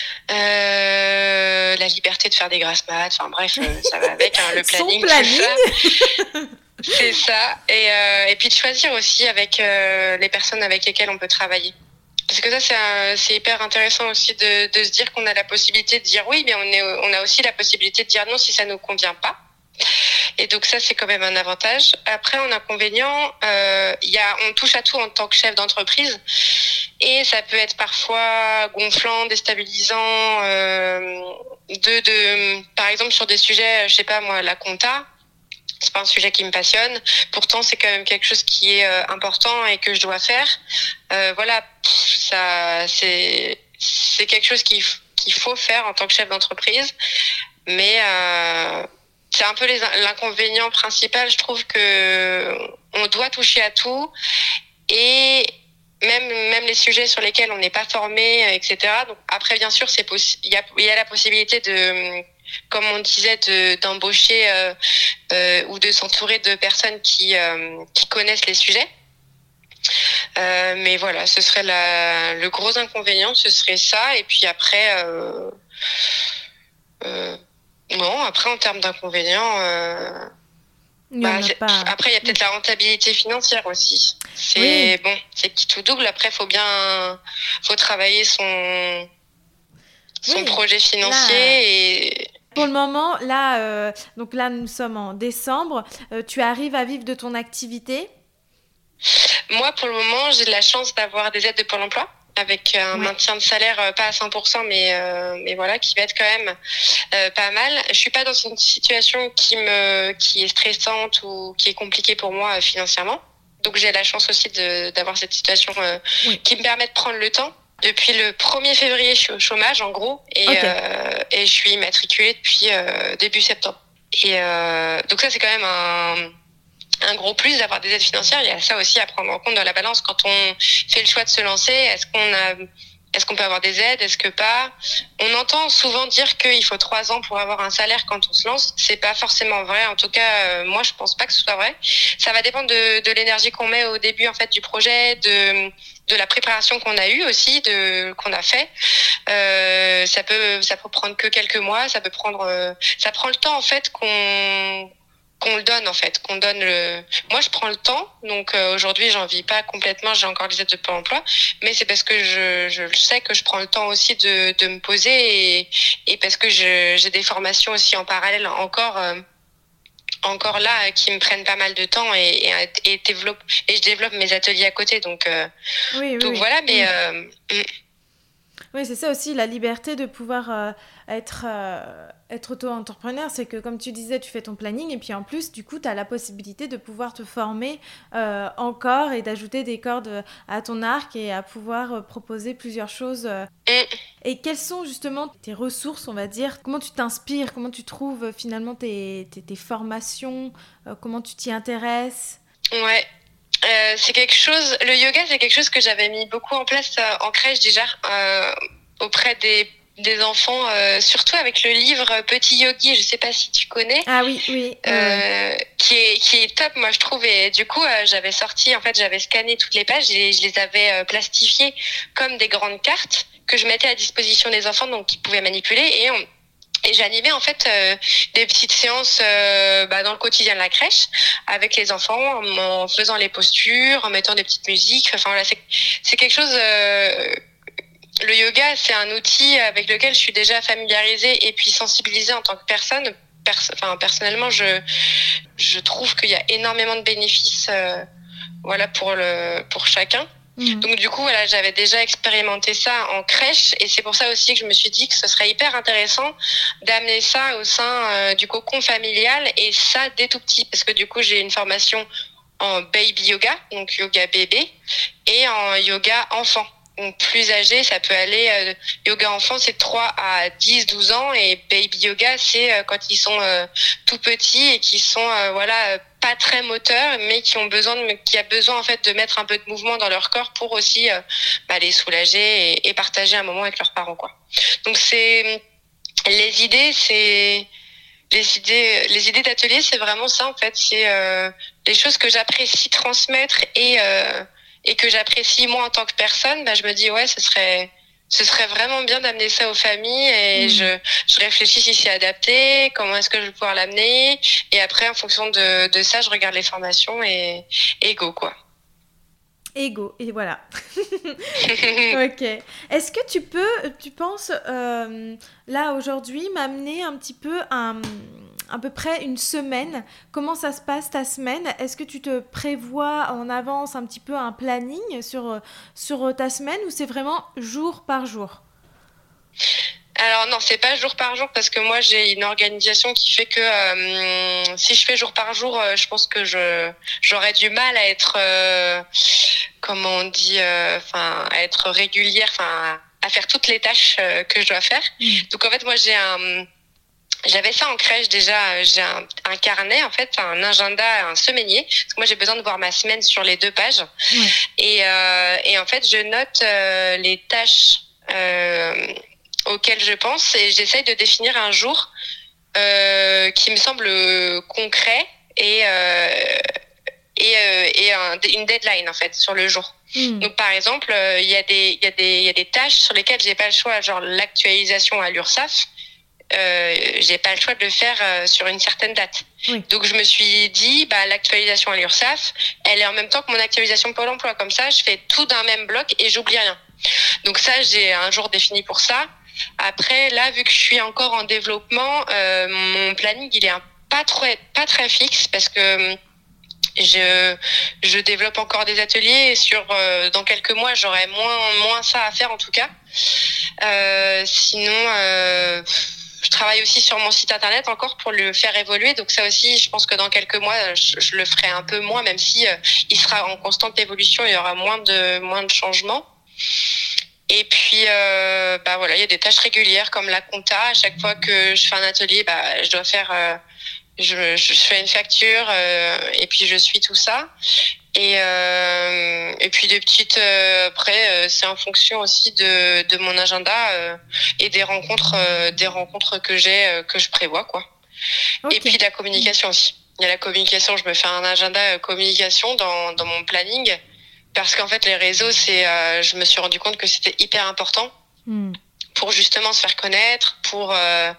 Euh, la liberté de faire des grasses mat, enfin bref, ça va avec, hein, le planning, son planning. Tout ça. C'est ça. Et, euh, et puis de choisir aussi avec euh, les personnes avec lesquelles on peut travailler. Parce que ça, c'est, un, c'est hyper intéressant aussi de, de se dire qu'on a la possibilité de dire oui, mais on, est, on a aussi la possibilité de dire non si ça ne nous convient pas. Et donc ça, c'est quand même un avantage. Après, en inconvénient, euh, y a, on touche à tout en tant que chef d'entreprise. Et ça peut être parfois gonflant, déstabilisant. Euh, de, de, par exemple, sur des sujets, je sais pas moi, la compta, c'est pas un sujet qui me passionne. Pourtant, c'est quand même quelque chose qui est euh, important et que je dois faire. Euh, voilà, ça, c'est, c'est quelque chose qu'il, qu'il faut faire en tant que chef d'entreprise. Mais... Euh, c'est un peu les, l'inconvénient principal, je trouve que on doit toucher à tout et même même les sujets sur lesquels on n'est pas formé, et cetera. Donc après, bien sûr, c'est possi- il y a il y a la possibilité de, comme on disait, de d'embaucher euh, euh, ou de s'entourer de personnes qui euh, qui connaissent les sujets. Euh, mais voilà, ce serait la, le gros inconvénient, ce serait ça. Et puis après. Euh, euh, Non, après, en termes d'inconvénients, euh, bah, pas... après, il y a peut-être la rentabilité financière aussi. C'est oui. Bon, c'est qui tout double. Après, il faut bien, faut travailler son, son oui. projet financier là... et... Pour le moment, là, euh, donc là, nous sommes en décembre. Euh, tu arrives à vivre de ton activité ? Moi, pour le moment, j'ai de la chance d'avoir des aides de Pôle emploi. avec un ouais. maintien de salaire euh, pas à cent pour cent, mais euh, mais voilà, qui va être quand même euh, pas mal. Je suis pas dans une situation qui me qui est stressante ou qui est compliquée pour moi euh, financièrement. Donc j'ai la chance aussi de d'avoir cette situation euh, oui. qui me permet de prendre le temps. Depuis le premier février, je suis au chômage en gros, et okay. euh, et je suis immatriculée depuis euh, début septembre. Et euh, donc ça c'est quand même un un gros plus d'avoir des aides financières. Il y a ça aussi à prendre en compte dans la balance quand on fait le choix de se lancer. Est-ce qu'on a, est-ce qu'on peut avoir des aides? Est-ce que pas? On entend souvent dire qu'il faut trois ans pour avoir un salaire quand on se lance. C'est pas forcément vrai. En tout cas, euh, moi, je pense pas que ce soit vrai. Ça va dépendre de, de l'énergie qu'on met au début, en fait, du projet, de, de la préparation qu'on a eue aussi, de, qu'on a fait. Euh, ça peut, ça peut prendre que quelques mois. Ça peut prendre, euh, ça prend le temps, en fait, qu'on, qu'on le donne en fait, qu'on donne le. Moi, je prends le temps, donc euh, aujourd'hui, j'en vis pas complètement, j'ai encore des aides de Pôle Emploi, mais c'est parce que je, je sais que je prends le temps aussi de, de me poser et, et parce que je, j'ai des formations aussi en parallèle encore, euh, encore là, qui me prennent pas mal de temps et, et, et développe et je développe mes ateliers à côté, donc euh, oui, oui, donc oui. voilà, mais. Oui. Euh, Oui, c'est ça aussi, la liberté de pouvoir euh, être, euh, être auto-entrepreneur. C'est que, comme tu disais, tu fais ton planning et puis en plus, du coup, tu as la possibilité de pouvoir te former euh, encore et d'ajouter des cordes à ton arc et à pouvoir euh, proposer plusieurs choses. Euh. Et quelles sont justement tes ressources, on va dire? Comment tu t'inspires? Comment tu trouves euh, finalement tes, tes, tes formations? euh, Comment tu t'y intéresses? Ouais. Euh, c'est quelque chose. Le yoga, c'est quelque chose que j'avais mis beaucoup en place euh, en crèche déjà euh, auprès des des enfants, euh, surtout avec le livre Petit Yogi. Je sais pas si tu connais. Ah oui, oui. Euh, ouais. Qui est qui est top, moi je trouve. Et du coup, euh, j'avais sorti. En fait, j'avais scanné toutes les pages et je les avais euh, plastifiées comme des grandes cartes que je mettais à disposition des enfants, donc qui pouvaient manipuler et on Et j'animais en fait euh, des petites séances euh, bah, dans le quotidien de la crèche avec les enfants en, en faisant les postures, en mettant des petites musiques. Enfin voilà, c'est c'est quelque chose. Euh, le yoga, c'est un outil avec lequel je suis déjà familiarisée et puis sensibilisée en tant que personne. Pers- enfin personnellement, je je trouve qu'il y a énormément de bénéfices, euh, voilà pour le pour chacun. Mmh. Donc du coup voilà, j'avais déjà expérimenté ça en crèche et c'est pour ça aussi que je me suis dit que ce serait hyper intéressant d'amener ça au sein euh, du cocon familial et ça dès tout petit parce que du coup j'ai une formation en baby yoga, donc yoga bébé, et en yoga enfant. Donc plus âgé, ça peut aller euh, yoga enfant c'est trois à dix douze ans et baby yoga c'est euh, quand ils sont euh, tout petits et qui sont euh, voilà pas très moteurs mais qui ont besoin de qui a besoin en fait de mettre un peu de mouvement dans leur corps pour aussi euh, bah, les soulager et, et partager un moment avec leurs parents quoi. Donc c'est les idées c'est les idées les idées d'atelier c'est vraiment ça en fait, c'est euh, les choses que j'apprécie transmettre et euh, et que j'apprécie moi en tant que personne, bah je me dis ouais ce serait ce serait vraiment bien d'amener ça aux familles et mmh. je je réfléchis si c'est adapté, comment est-ce que je vais pouvoir l'amener et après en fonction de de ça je regarde les formations et et go quoi. Ego, et voilà. Ok. Est-ce que tu peux, tu penses, euh, là aujourd'hui, m'amener un petit peu un, à peu près une semaine? Comment ça se passe ta semaine? Est-ce que tu te prévois en avance un petit peu un planning sur, sur ta semaine ou c'est vraiment jour par jour? Alors non, c'est pas jour par jour parce que moi j'ai une organisation qui fait que euh, si je fais jour par jour, euh, je pense que je j'aurais du mal à être euh, comment on dit, enfin euh, à être régulière, enfin à faire toutes les tâches euh, que je dois faire. Mmh. Donc en fait moi j'ai un J'avais ça en crèche déjà, j'ai un, un carnet en fait, un agenda, un semainier. Parce que moi j'ai besoin de voir ma semaine sur les deux pages. Mmh. Et, euh, et en fait je note euh, les tâches euh, auxquelles je pense et j'essaye de définir un jour euh, qui me semble concret et euh, et, euh, et un, une deadline en fait sur le jour. Mmh. Donc par exemple, il euh, y a des il y a des il y a des tâches sur lesquelles j'ai pas le choix, genre l'actualisation à l'URSSAF. Euh, j'ai pas le choix de le faire euh, sur une certaine date. Oui. Donc je me suis dit bah l'actualisation à l'URSSAF, elle est en même temps que mon actualisation Pôle Emploi, comme ça je fais tout d'un même bloc et j'oublie rien. Donc ça j'ai un jour défini pour ça. Après là vu que je suis encore en développement, euh, mon planning il est un, pas trop pas très fixe parce que Je, je développe encore des ateliers. Sur, euh, dans quelques mois, j'aurai moins, moins ça à faire en tout cas. Euh, sinon, euh, je travaille aussi sur mon site internet encore pour le faire évoluer. Donc ça aussi, je pense que dans quelques mois, je, je le ferai un peu moins, même si euh, il sera en constante évolution, il y aura moins de, moins de changements. Et puis, euh, bah voilà, il y a des tâches régulières comme la compta. À chaque fois que je fais un atelier, bah, je dois faire, euh, je, je fais une facture euh, et puis je suis tout ça. Et euh, et puis des petites euh, après, euh, c'est en fonction aussi de de mon agenda euh, et des rencontres, euh, des rencontres que j'ai, euh, que je prévois quoi. Okay. Et puis de la communication aussi. Il y a la communication. Je me fais un agenda euh, communication dans dans mon planning. Parce qu'en fait, les réseaux, c'est, euh, je me suis rendu compte que c'était hyper important mm. pour justement se faire connaître, pour euh,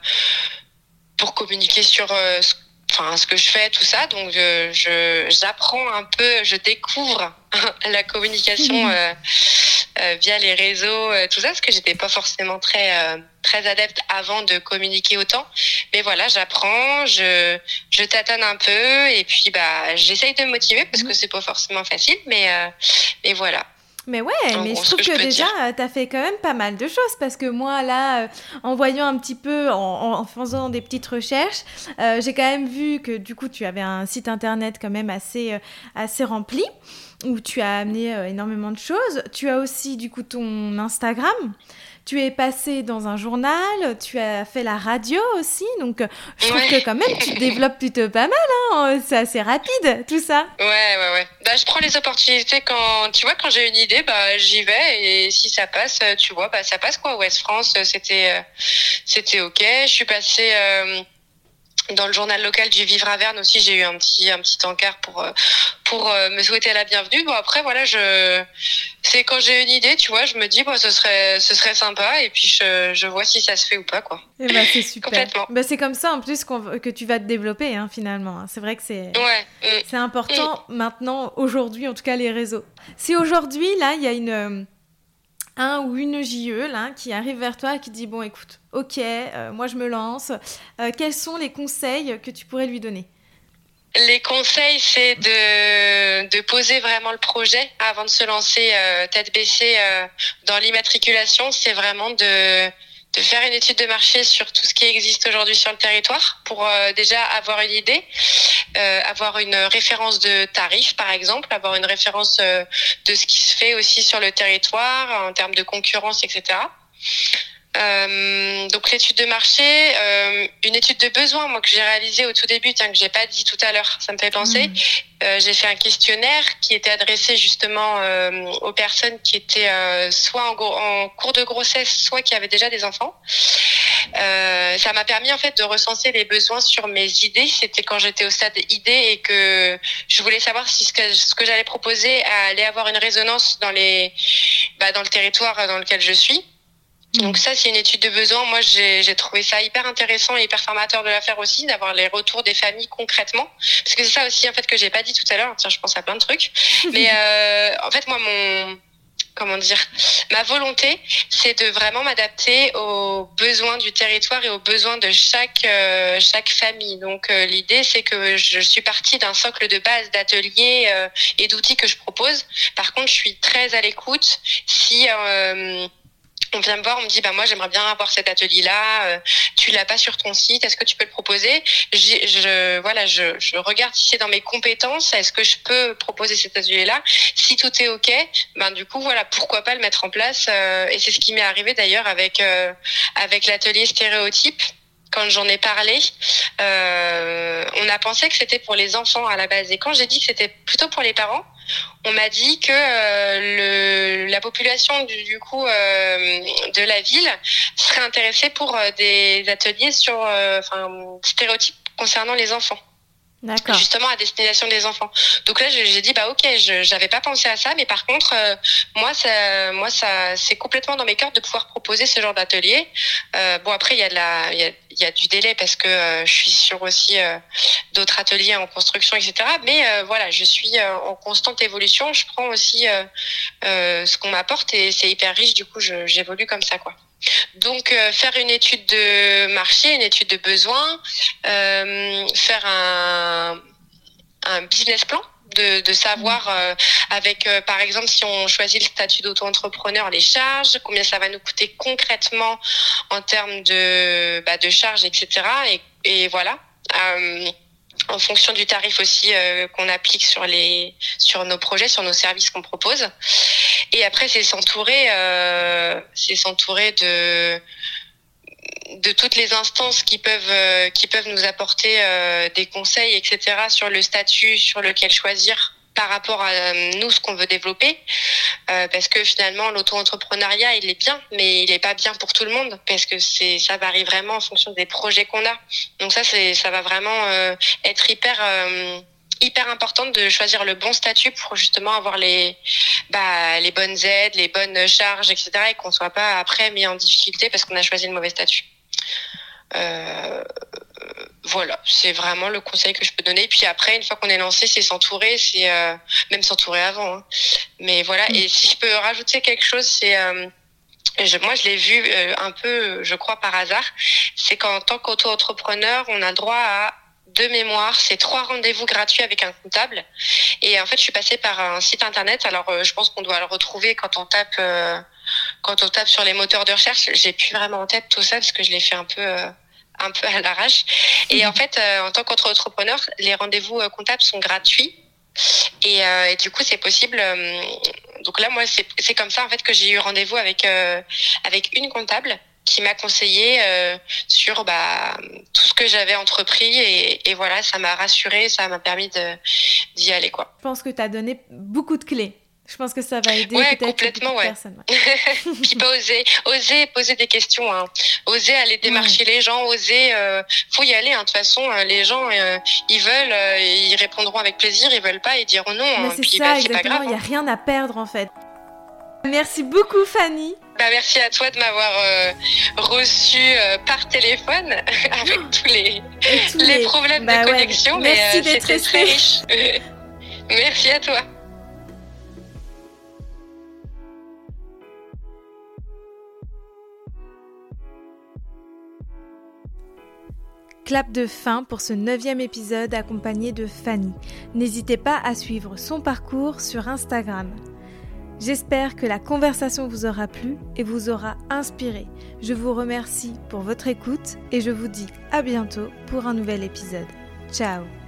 pour communiquer sur, euh, ce, enfin, ce que je fais, tout ça. Donc, je, je j'apprends un peu, je découvre la communication euh, euh, via les réseaux, euh, tout ça, parce que j'étais pas forcément très euh, très adepte avant de communiquer autant. Mais voilà, j'apprends, je je tâtonne un peu et puis bah j'essaye de me motiver parce que c'est pas forcément facile, mais euh, mais voilà. Mais ouais, en mais gros, je trouve que, que je déjà, tu as fait quand même pas mal de choses parce que moi, là, euh, en voyant un petit peu, en, en faisant des petites recherches, euh, j'ai quand même vu que du coup, tu avais un site internet quand même assez, euh, assez rempli où tu as amené euh, énormément de choses. Tu as aussi du coup ton Instagram. Tu es passé dans un journal, tu as fait la radio aussi, donc je trouve ouais. que quand même tu te développes plutôt pas mal, hein, c'est assez rapide tout ça. Ouais, ouais, ouais. Bah, je prends les opportunités quand, tu vois, quand j'ai une idée, bah j'y vais et si ça passe, tu vois, bah ça passe quoi. Ouest France, c'était, c'était ok. Je suis passée euh, dans le journal local du Vivre à Verne aussi, j'ai eu un petit, un petit encart pour pour me souhaiter la bienvenue. Bon après voilà, je c'est quand j'ai une idée, tu vois, je me dis bon ce serait ce serait sympa et puis je je vois si ça se fait ou pas quoi. Et bah c'est super. Complètement. Bah c'est comme ça en plus qu'on, que tu vas te développer hein, finalement. C'est vrai que c'est ouais. c'est important mmh. maintenant aujourd'hui en tout cas les réseaux. Si aujourd'hui là il y a une un ou une J E là qui arrive vers toi et qui dit bon écoute, ok, euh, moi je me lance. Euh, quels sont les conseils que tu pourrais lui donner? Les conseils, c'est de, de poser vraiment le projet avant de se lancer euh, tête baissée euh, dans l'immatriculation. C'est vraiment de, de faire une étude de marché sur tout ce qui existe aujourd'hui sur le territoire pour euh, déjà avoir une idée, euh, avoir une référence de tarif par exemple, avoir une référence euh, de ce qui se fait aussi sur le territoire en termes de concurrence, et cetera. Euh, donc l'étude de marché, euh, une étude de besoin, moi que j'ai réalisée au tout début, tiens que j'ai pas dit tout à l'heure, ça me fait penser. Mmh. Euh, j'ai fait un questionnaire qui était adressé justement euh, aux personnes qui étaient euh, soit en, gros, en cours de grossesse, soit qui avaient déjà des enfants. Euh, ça m'a permis en fait de recenser les besoins sur mes idées. C'était quand j'étais au stade idée et que je voulais savoir si ce que, ce que j'allais proposer allait avoir une résonance dans les, bah, dans le territoire dans lequel je suis. Donc ça, c'est une étude de besoin. Moi, j'ai, j'ai trouvé ça hyper intéressant et hyper formateur de la faire aussi, d'avoir les retours des familles concrètement. Parce que c'est ça aussi, en fait, que j'ai pas dit tout à l'heure. Tiens, je pense à plein de trucs. Mais euh, en fait, moi, mon... Comment dire, ma volonté, c'est de vraiment m'adapter aux besoins du territoire et aux besoins de chaque euh, chaque famille. Donc euh, l'idée, c'est que je suis partie d'un socle de base d'ateliers euh, et d'outils que je propose. Par contre, je suis très à l'écoute si euh, on vient me voir, on me dit bah moi j'aimerais bien avoir cet atelier-là, euh, tu l'as pas sur ton site, est-ce que tu peux le proposer? J'ai, je voilà, je, je regarde si c'est dans mes compétences, est-ce que je peux proposer cet atelier-là? Si tout est ok, ben du coup voilà, pourquoi pas le mettre en place? euh, Et c'est ce qui m'est arrivé d'ailleurs avec euh, avec l'atelier stéréotype. Quand j'en ai parlé, euh, on a pensé que c'était pour les enfants à la base. Et quand j'ai dit que c'était plutôt pour les parents, on m'a dit que euh, le, la population du, du coup euh, de la ville serait intéressée pour euh, des ateliers sur euh, enfin, stéréotypes concernant les enfants. D'accord. Justement à destination des enfants. Donc là j'ai, j'ai dit bah ok, je j'avais pas pensé à ça, mais par contre euh, moi ça moi ça c'est complètement dans mes cordes de pouvoir proposer ce genre d'atelier. Euh, bon après il y a de la il y a il y a du délai parce que euh, je suis sur aussi euh, d'autres ateliers en construction, et cetera. Mais euh, voilà, je suis euh, en constante évolution. Je prends aussi euh, euh, ce qu'on m'apporte et c'est hyper riche. Du coup je, j'évolue comme ça quoi. Donc euh, faire une étude de marché, une étude de besoin, euh, faire un, un business plan de, de savoir euh, avec, euh, par exemple, si on choisit le statut d'auto-entrepreneur, les charges, combien ça va nous coûter concrètement en termes de, bah, de charges, et cetera. Et, et voilà. Euh, en fonction du tarif aussi euh, qu'on applique sur les sur nos projets, sur nos services qu'on propose. Et après, c'est s'entourer, euh, c'est s'entourer de de toutes les instances qui peuvent euh, qui peuvent nous apporter euh, des conseils, et cetera sur le statut sur lequel choisir par rapport à euh, nous ce qu'on veut développer, euh, parce que finalement l'auto-entrepreneuriat il est bien, mais il est pas bien pour tout le monde parce que c'est ça varie vraiment en fonction des projets qu'on a. Donc ça c'est ça va vraiment euh, être hyper euh, hyper important de choisir le bon statut pour justement avoir les bah les bonnes aides, les bonnes charges, et cetera et qu'on soit pas après mis en difficulté parce qu'on a choisi le mauvais statut. Euh, voilà, c'est vraiment le conseil que je peux donner. Puis après, une fois qu'on est lancé, c'est s'entourer, c'est euh, même s'entourer avant. Hein. Mais voilà, mmh. Et si je peux rajouter quelque chose, c'est euh, je, moi je l'ai vu euh, un peu, je crois par hasard, c'est qu'en tant qu'auto-entrepreneur, on a le droit à de mémoire, c'est trois rendez-vous gratuits avec un comptable. Et en fait, je suis passée par un site internet. Alors, euh, je pense qu'on doit le retrouver quand on tape, euh, quand on tape sur les moteurs de recherche. J'ai plus vraiment en tête tout ça parce que je l'ai fait un peu, euh, un peu à l'arrache. Et en fait, euh, en tant qu'entrepreneur, les rendez-vous euh, comptables sont gratuits. Et, euh, et du coup, c'est possible. Euh, donc là, moi, c'est, c'est comme ça en fait que j'ai eu rendez-vous avec euh, avec une comptable qui m'a conseillé euh, sur bah, tout ce que j'avais entrepris et, et voilà, ça m'a rassurée, ça m'a permis de, d'y aller, quoi. Je pense que tu as donné beaucoup de clés. Je pense que ça va aider ouais, peut-être complètement, beaucoup de ouais. personnes. Ouais. Puis pas oser, oser poser des questions, hein. Oser aller démarcher ouais. les gens, oser, euh, faut y aller. Hein. De toute façon, les gens, euh, ils veulent, euh, ils répondront avec plaisir, ils veulent pas, ils diront non. Mais hein. c'est Puis, ça, bah, c'est exactement. pas grave. Il n'y a rien à perdre en fait. Merci beaucoup, Fanny. Bah, merci à toi de m'avoir euh, reçu euh, par téléphone avec oh, tous les, tous les, les problèmes bah, de ouais, connexion. Merci mais euh, d'être c'était resté. Très riche. Merci à toi. Clap de fin pour ce neuvième épisode accompagné de Fanny. N'hésitez pas à suivre son parcours sur Instagram. J'espère que la conversation vous aura plu et vous aura inspiré. Je vous remercie pour votre écoute et je vous dis à bientôt pour un nouvel épisode. Ciao!